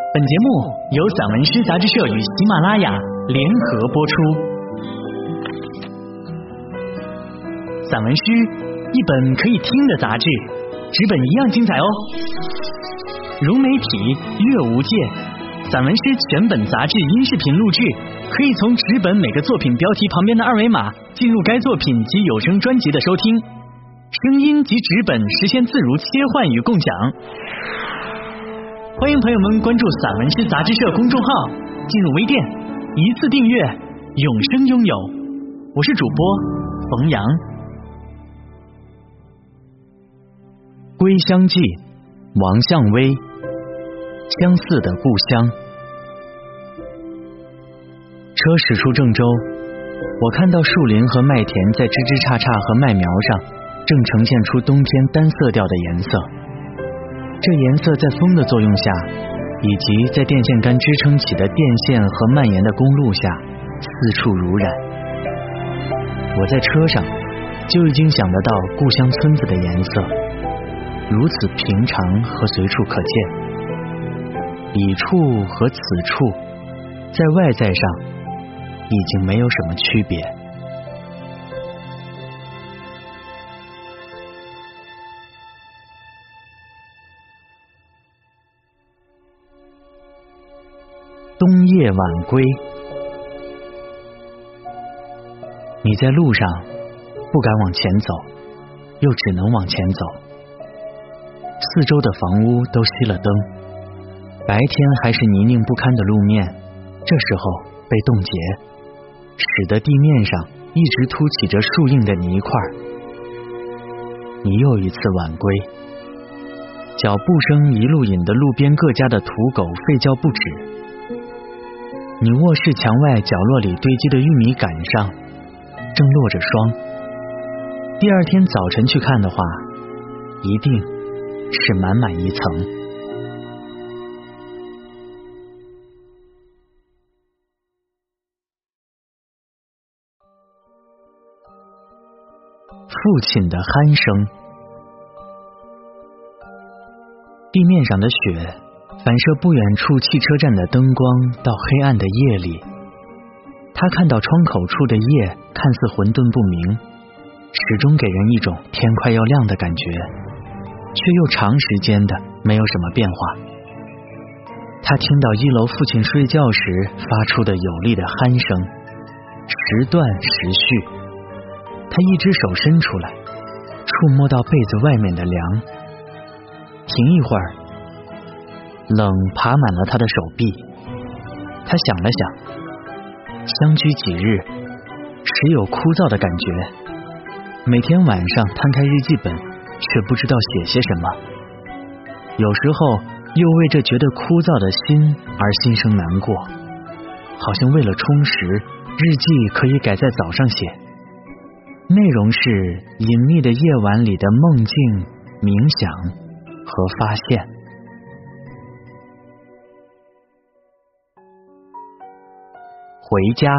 本节目由散文诗杂志社与喜马拉雅联合播出。散文诗，一本可以听的杂志，纸本一样精彩哦。融媒体，阅无界，散文诗全本杂志音视频录制，可以从纸本每个作品标题旁边的二维码进入该作品及有声专辑的收听，声音及纸本实现自如切换与共享。欢迎朋友们关注散文诗杂志社公众号，进入微店，一次订阅，永生拥有。我是主播冯阳。归乡记，王向微。相似的故乡。车驶出郑州，我看到树林和麦田在枝枝杈杈和麦苗上正呈现出冬天单色调的颜色，这颜色在风的作用下，以及在电线杆支撑起的电线和蔓延的公路下四处如染。我在车上就已经想得到故乡村子的颜色，如此平常和随处可见，彼处和此处在外在上已经没有什么区别。冬夜晚归，你在路上不敢往前走，又只能往前走。四周的房屋都熄了灯，白天还是泥泞不堪的路面，这时候被冻结，使得地面上一直凸起着树硬的泥块。你又一次晚归，脚步声一路引得路边各家的土狗吠叫不止。你卧室墙外角落里堆积的玉米杆上正落着霜，第二天早晨去看的话，一定是满满一层。父亲的鼾声，地面上的雪反射不远处汽车站的灯光到黑暗的夜里，他看到窗口处的夜看似混沌不明，始终给人一种天快要亮的感觉，却又长时间的没有什么变化。他听到一楼父亲睡觉时发出的有力的鼾声，时断时续。他一只手伸出来，触摸到被子外面的凉，停一会儿，冷爬满了他的手臂。他想了想，相居几日，时有枯燥的感觉，每天晚上摊开日记本，却不知道写些什么，有时候又为这觉得枯燥的心而心生难过，好像为了充实，日记可以改在早上写，内容是隐秘的夜晚里的梦境、冥想和发现。回家，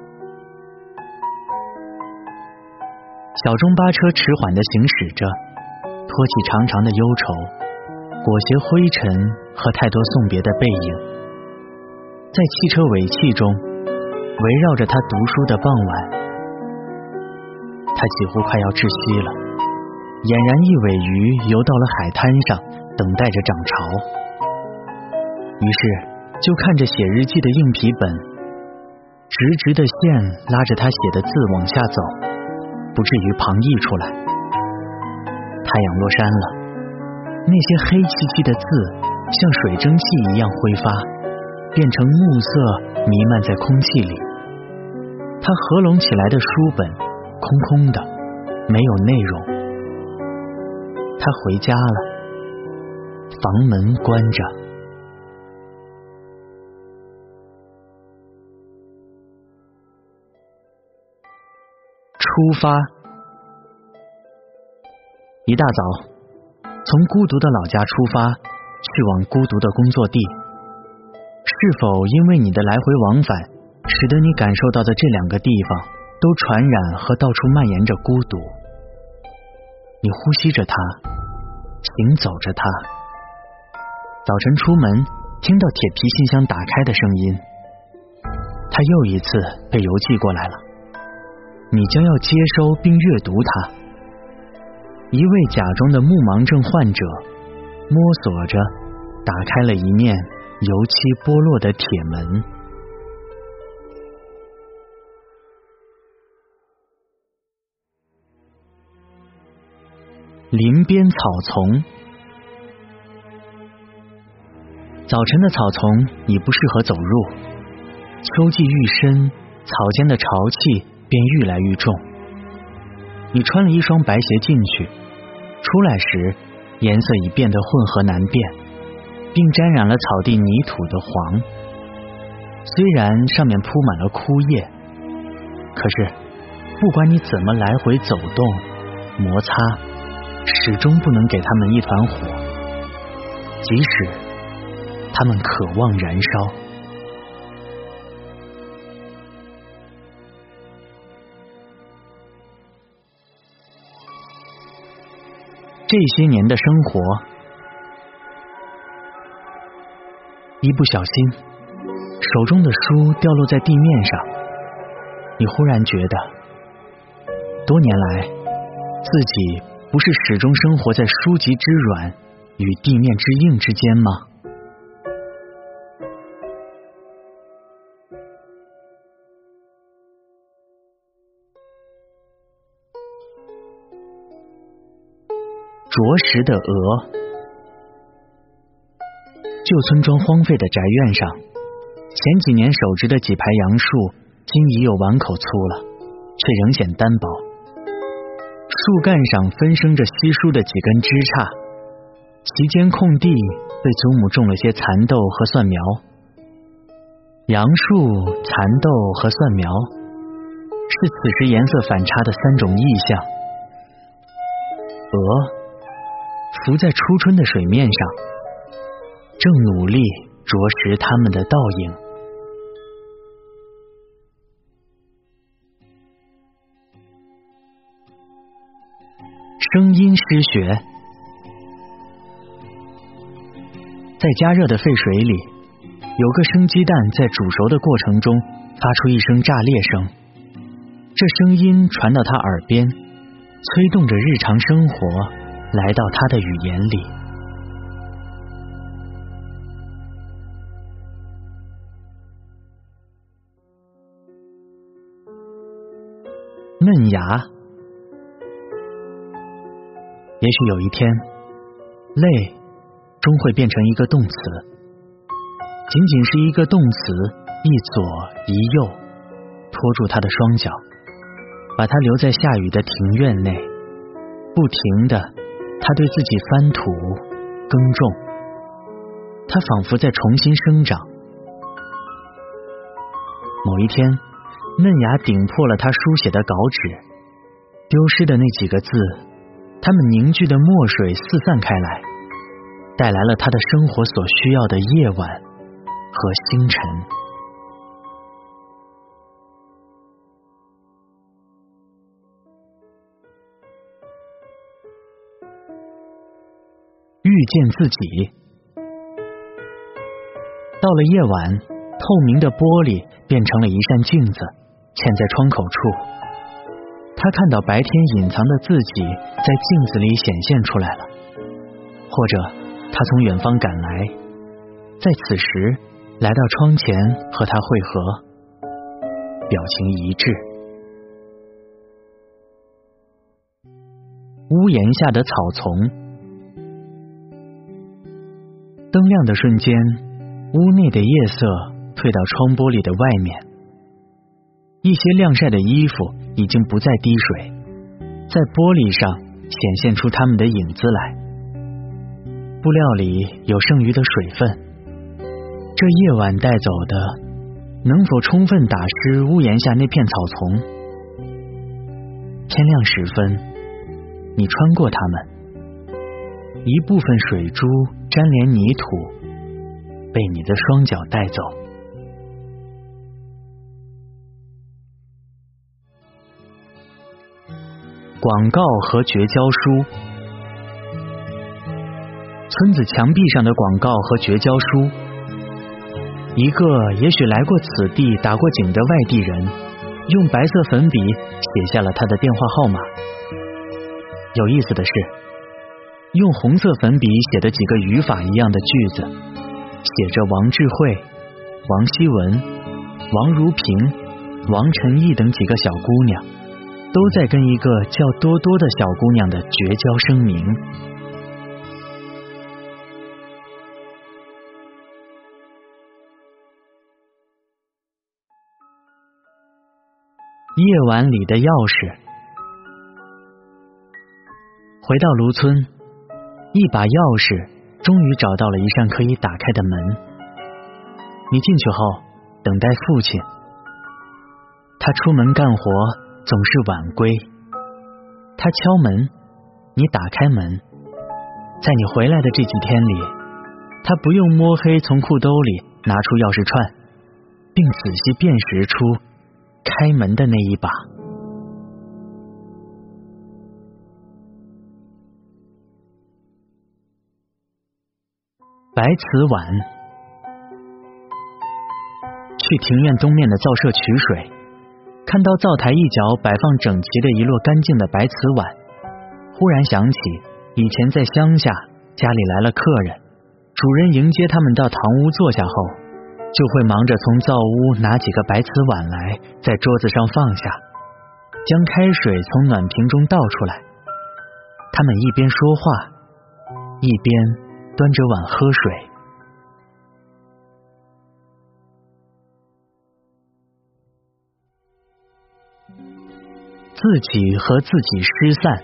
小中巴车迟缓地行驶着，拖起长长的忧愁，裹挟灰尘和太多送别的背影。在汽车尾气中，围绕着他读书的傍晚，他几乎快要窒息了，俨然一尾鱼游到了海滩上，等待着涨潮。于是就看着写日记的硬皮本，直直的线拉着他写的字往下走，不至于旁溢出来。太阳落山了，那些黑漆漆的字像水蒸气一样挥发，变成暮色弥漫在空气里。他合拢起来的书本空空的，没有内容。他回家了，房门关着。出发。一大早，从孤独的老家出发，去往孤独的工作地。是否因为你的来回往返，使得你感受到的这两个地方都传染和到处蔓延着孤独？你呼吸着它，行走着它。早晨出门， 听到铁皮信箱打开的声音，他又一次被邮寄过来了。你将要接收并阅读它。一位甲中的目盲症患者摸索着打开了一面油漆剥落的铁门。林边草丛。早晨的草丛已不适合走入，秋季愈深，草间的潮气便愈来愈重。你穿了一双白鞋进去，出来时颜色已变得混合难辨，并沾染了草地泥土的黄。虽然上面铺满了枯叶，可是不管你怎么来回走动摩擦，始终不能给它们一团火，即使它们渴望燃烧。这些年的生活，一不小心，手中的书掉落在地面上，你忽然觉得，多年来，自己不是始终生活在书籍之软与地面之硬之间吗？啄食的鹅。旧村庄荒废的宅院上，前几年手植的几排杨树，今已有碗口粗了，却仍显单薄。树干上分生着稀疏的几根枝杈，其间空地被祖母种了些蚕豆和蒜苗。杨树、蚕豆和蒜苗是此时颜色反差的三种意象。鹅浮在初春的水面上，正努力啄食它们的倒影。声音失学。在加热的沸水里，有个生鸡蛋在煮熟的过程中发出一声炸裂声，这声音传到他耳边，催动着日常生活来到他的语言里。嫩芽。也许有一天，泪终会变成一个动词，仅仅是一个动词，一左一右，拖住他的双脚，把他留在下雨的庭院内，不停的他对自己翻土耕种，他仿佛在重新生长。某一天，嫩芽顶破了他书写的稿纸，丢失的那几个字，它们凝聚的墨水四散开来，带来了他的生活所需要的夜晚和星辰。遇见自己。到了夜晚，透明的玻璃变成了一扇镜子，嵌在窗口处。他看到白天隐藏的自己在镜子里显现出来了，或者他从远方赶来，在此时来到窗前和他会合，表情一致。屋檐下的草丛。灯亮的瞬间，屋内的夜色退到窗玻璃的外面，一些晾晒的衣服已经不再滴水，在玻璃上显现出它们的影子来。布料里有剩余的水分，这夜晚带走的能否充分打湿屋檐下那片草丛？天亮时分，你穿过它们，一部分水珠沾连泥土，被你的双脚带走。广告和绝交书。村子墙壁上的广告和绝交书一个也许来过此地打过井的外地人，用白色粉笔写下了他的电话号码。有意思的是，用红色粉笔写的几个语法一样的句子，写着王智慧、王希文、王如萍、王晨毅等几个小姑娘，都在跟一个叫多多的小姑娘的绝交声明。夜晚里的钥匙。回到卢村，一把钥匙终于找到了一扇可以打开的门。你进去后等待父亲，他出门干活总是晚归。他敲门，你打开门。在你回来的这几天里，他不用摸黑从裤兜里拿出钥匙串，并仔细辨识出开门的那一把。白瓷碗。去庭院东面的灶舍取水，看到灶台一角摆放整齐的一摞干净的白瓷碗，忽然想起以前在乡下，家里来了客人，主人迎接他们到堂屋坐下后，就会忙着从灶屋拿几个白瓷碗来，在桌子上放下，将开水从暖瓶中倒出来。他们一边说话，一边端着碗喝水。自己和自己失散。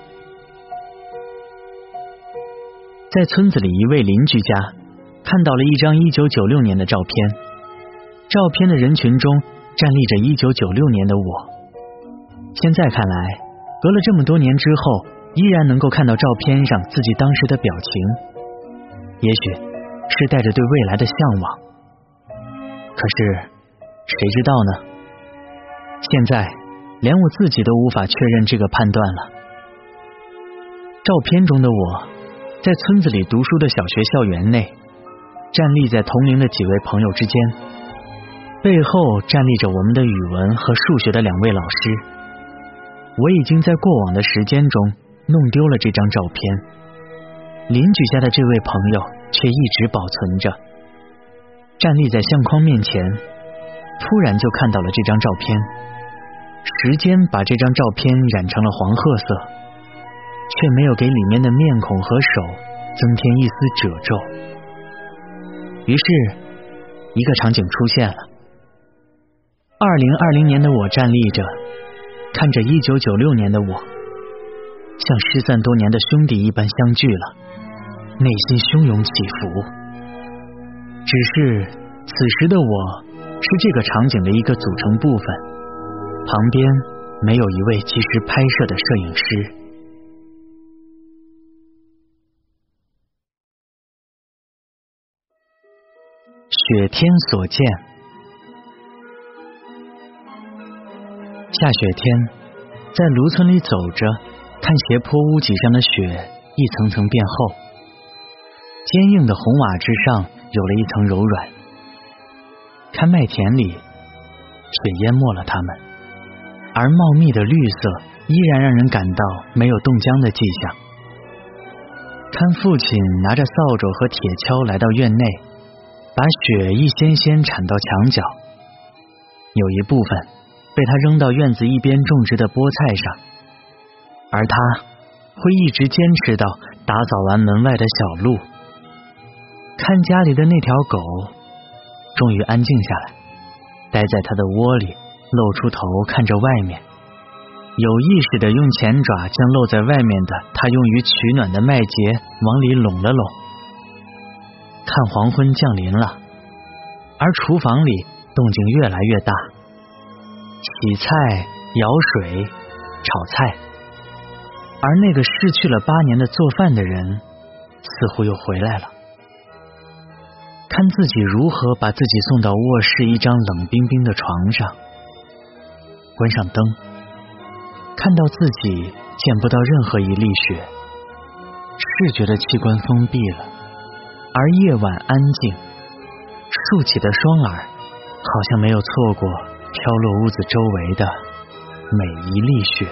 在村子里一位邻居家，看到了一张1996年的照片，照片的人群中站立着1996年的我。现在看来，隔了这么多年之后，依然能够看到照片上自己当时的表情，也许是带着对未来的向往。可是谁知道呢？现在连我自己都无法确认这个判断了。照片中的我，在村子里读书的小学校园内，站立在同龄的几位朋友之间，背后站立着我们的语文和数学的2位老师。我已经在过往的时间中弄丢了这张照片，邻居家的这位朋友却一直保存着。站立在相框面前，突然就看到了这张照片。时间把这张照片染成了黄褐色，却没有给里面的面孔和手增添一丝褶皱。于是一个场景出现了。2020年的我站立着，看着1996年的我，像失散多年的兄弟一般相聚了，内心汹涌起伏。只是此时的我是这个场景的一个组成部分，旁边没有一位及时拍摄的摄影师。雪天所见。下雪天，在卢村里走着，看斜坡屋脊上的雪一层层变厚，坚硬的红瓦之上有了一层柔软。看麦田里，雪淹没了它们，而茂密的绿色依然让人感到没有冻僵的迹象。看父亲拿着扫帚和铁锹来到院内，把雪一掀掀铲到墙角，有一部分被他扔到院子一边种植的菠菜上，而他会一直坚持到打扫完门外的小路。看家里的那条狗终于安静下来，待在他的窝里，露出头看着外面，有意识地用前爪将露在外面的他用于取暖的麦秸往里拢了拢。看黄昏降临了，而厨房里动静越来越大，洗菜、舀水、炒菜，而那个失去了8年的做饭的人似乎又回来了。看自己如何把自己送到卧室一张冷冰冰的床上，关上灯，看到自己见不到任何一粒雪，视觉的器官封闭了，而夜晚安静， 竖起的双耳好像没有错过飘落屋子周围的每一粒雪。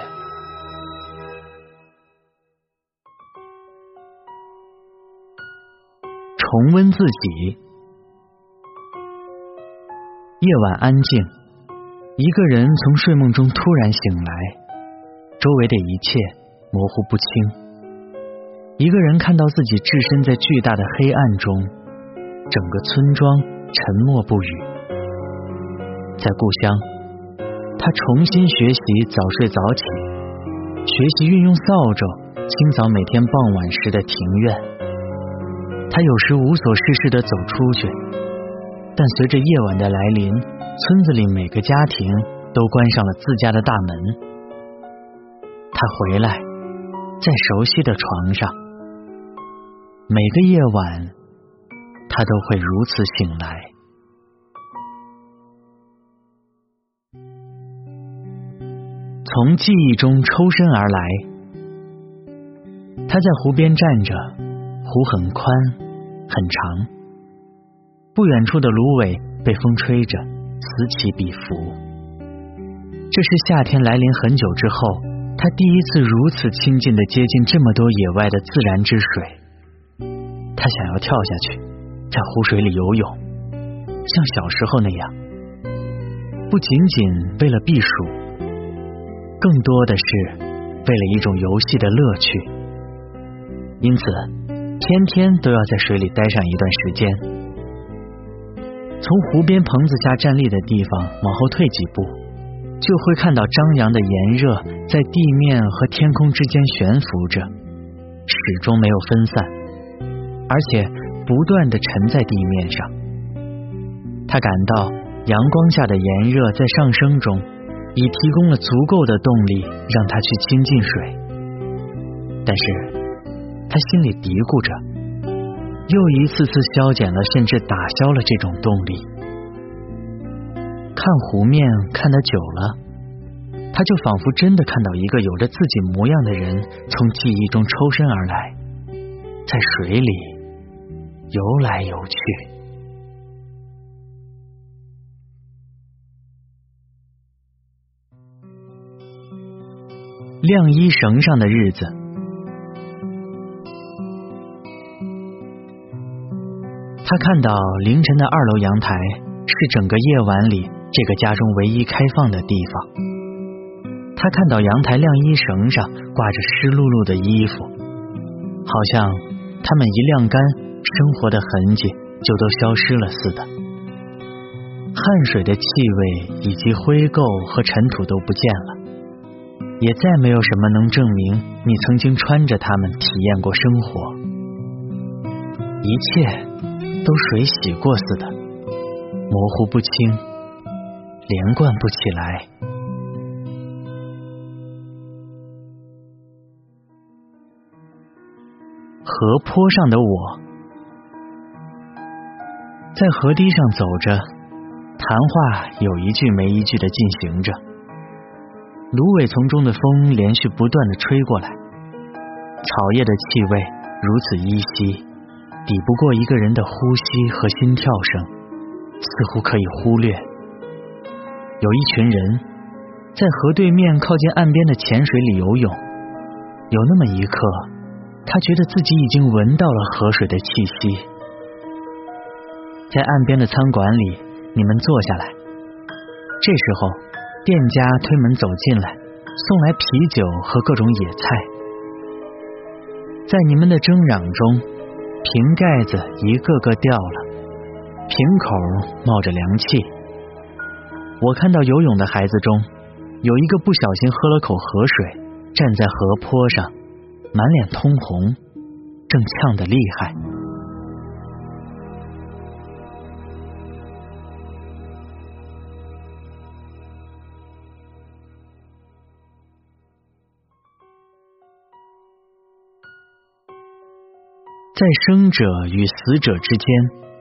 重温自己。夜晚安静，一个人从睡梦中突然醒来，周围的一切模糊不清。一个人看到自己置身在巨大的黑暗中，整个村庄沉默不语。在故乡，他重新学习早睡早起，学习运用扫帚清扫每天傍晚时的庭院。他有时无所事事地走出去，但随着夜晚的来临，村子里每个家庭都关上了自家的大门。他回来，在熟悉的床上，每个夜晚他都会如此醒来。从记忆中抽身而来，他在湖边站着，湖很宽很长，不远处的芦苇被风吹着此起彼伏。这是夏天来临很久之后，他第一次如此亲近地接近这么多野外的自然之水。他想要跳下去，在湖水里游泳，像小时候那样，不仅仅为了避暑，更多的是为了一种游戏的乐趣。因此天天都要在水里待上一段时间。从湖边棚子下站立的地方往后退几步，就会看到张扬的炎热在地面和天空之间悬浮着，始终没有分散，而且不断地沉在地面上。他感到阳光下的炎热在上升中，已提供了足够的动力让他去亲近水。但是他心里嘀咕着，又一次次消减了甚至打消了这种动力。看湖面看得久了，他就仿佛真的看到一个有着自己模样的人从记忆中抽身而来，在水里游来游去。晾衣绳上的日子。他看到凌晨的2楼阳台是整个夜晚里这个家中唯一开放的地方。他看到阳台晾衣绳上挂着湿漉漉的衣服，好像它们一晾干，生活的痕迹就都消失了似的。汗水的气味以及灰垢和尘土都不见了，也再没有什么能证明你曾经穿着它们体验过生活。一切都水洗过似的，模糊不清，连贯不起来。河坡上的我，在河堤上走着，谈话有一句没一句地进行着。芦苇丛中的风连续不断地吹过来，草叶的气味如此依稀，抵不过一个人的呼吸和心跳声，似乎可以忽略。有一群人在河对面靠近岸边的浅水里游泳，有那么一刻，他觉得自己已经闻到了河水的气息。在岸边的餐馆里，你们坐下来，这时候店家推门走进来，送来啤酒和各种野菜。在你们的争嚷中，瓶盖子一个个掉了，瓶口冒着凉气。我看到游泳的孩子中，有一个不小心喝了口河水，站在河坡上，满脸通红，正呛得厉害。在生者与死者之间，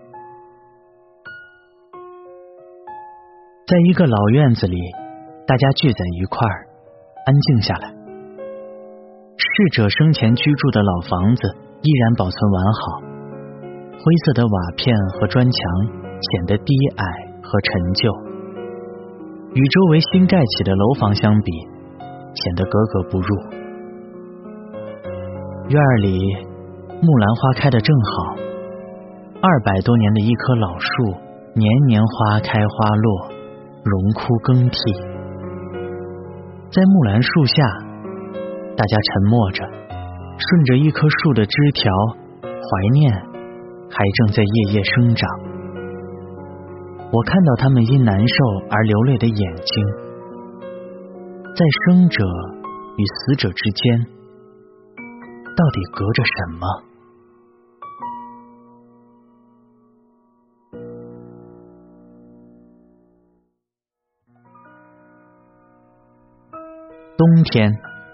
在一个老院子里，大家聚在一块儿，安静下来。逝者生前居住的老房子依然保存完好，灰色的瓦片和砖墙显得低矮和陈旧，与周围新盖起的楼房相比，显得格格不入。院里木兰花开得正好，200多年的一棵老树，年年花开花落，荣枯更替。在木兰树下，大家沉默着，顺着一棵树的枝条，怀念还正在夜夜生长。我看到他们因难受而流泪的眼睛，在生者与死者之间，到底隔着什么？冬天，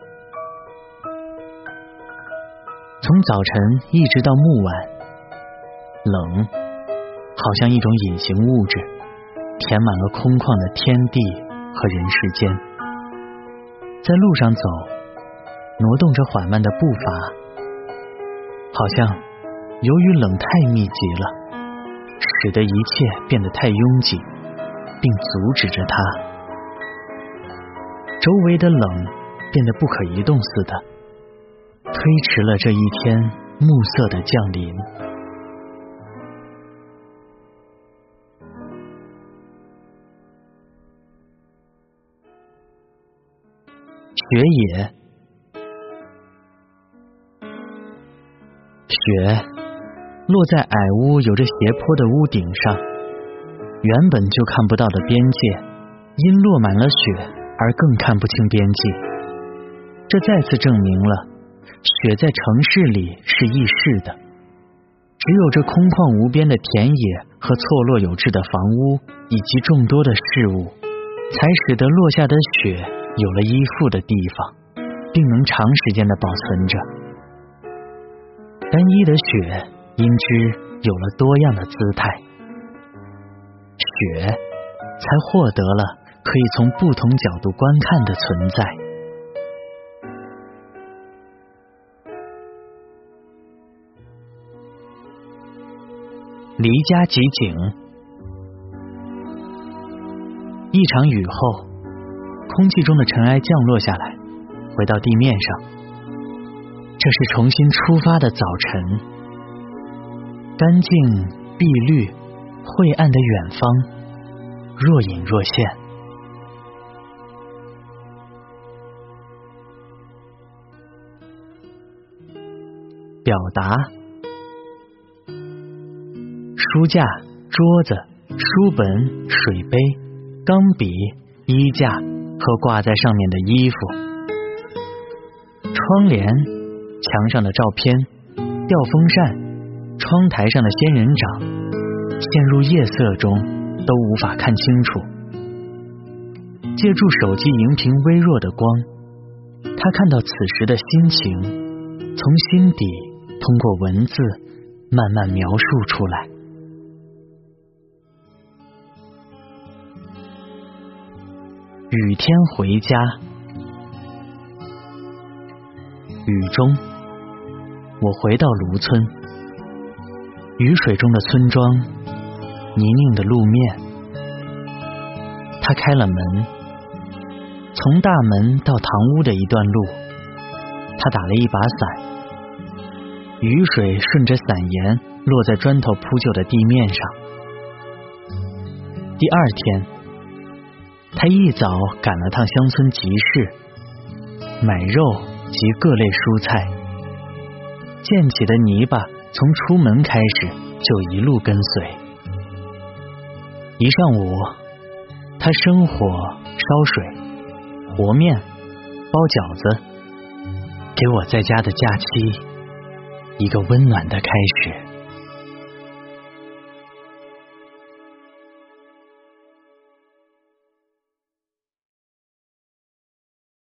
从早晨一直到暮晚，冷好像一种隐形物质，填满了空旷的天地和人世间。在路上走，挪动着缓慢的步伐，好像由于冷太密集了，使得一切变得太拥挤，并阻止着它。周围的冷变得不可移动似的，推迟了这一天暮色的降临。雪野，雪落在矮屋有着斜坡的屋顶上，原本就看不到的边界，因落满了雪而更看不清边际。这再次证明了雪在城市里是易逝的，只有这空旷无边的田野和错落有致的房屋以及众多的事物，才使得落下的雪有了依附的地方，并能长时间地保存着。单一的雪因之有了多样的姿态，雪才获得了可以从不同角度观看的存在。离家即景，一场雨后，空气中的尘埃降落下来，回到地面上。这是重新出发的早晨，干净碧绿晦暗的远方若隐若现。表达，书架、桌子、书本、水杯、钢笔、衣架和挂在上面的衣服，窗帘、墙上的照片、吊风扇、窗台上的仙人掌，陷入夜色中都无法看清楚。借助手机荧屏微弱的光，他看到此时的心情从心底通过文字慢慢描述出来。雨天回家，雨中我回到卢村，雨水中的村庄，泥泞的路面。他开了门，从大门到堂屋的一段路，他打了一把伞，雨水顺着伞沿落在砖头铺就的地面上。第二天，他一早赶了趟乡村集市，买肉及各类蔬菜。溅起的泥巴从出门开始就一路跟随。一上午，他生火烧水和面包饺子，给我在家的假期一个温暖的开始。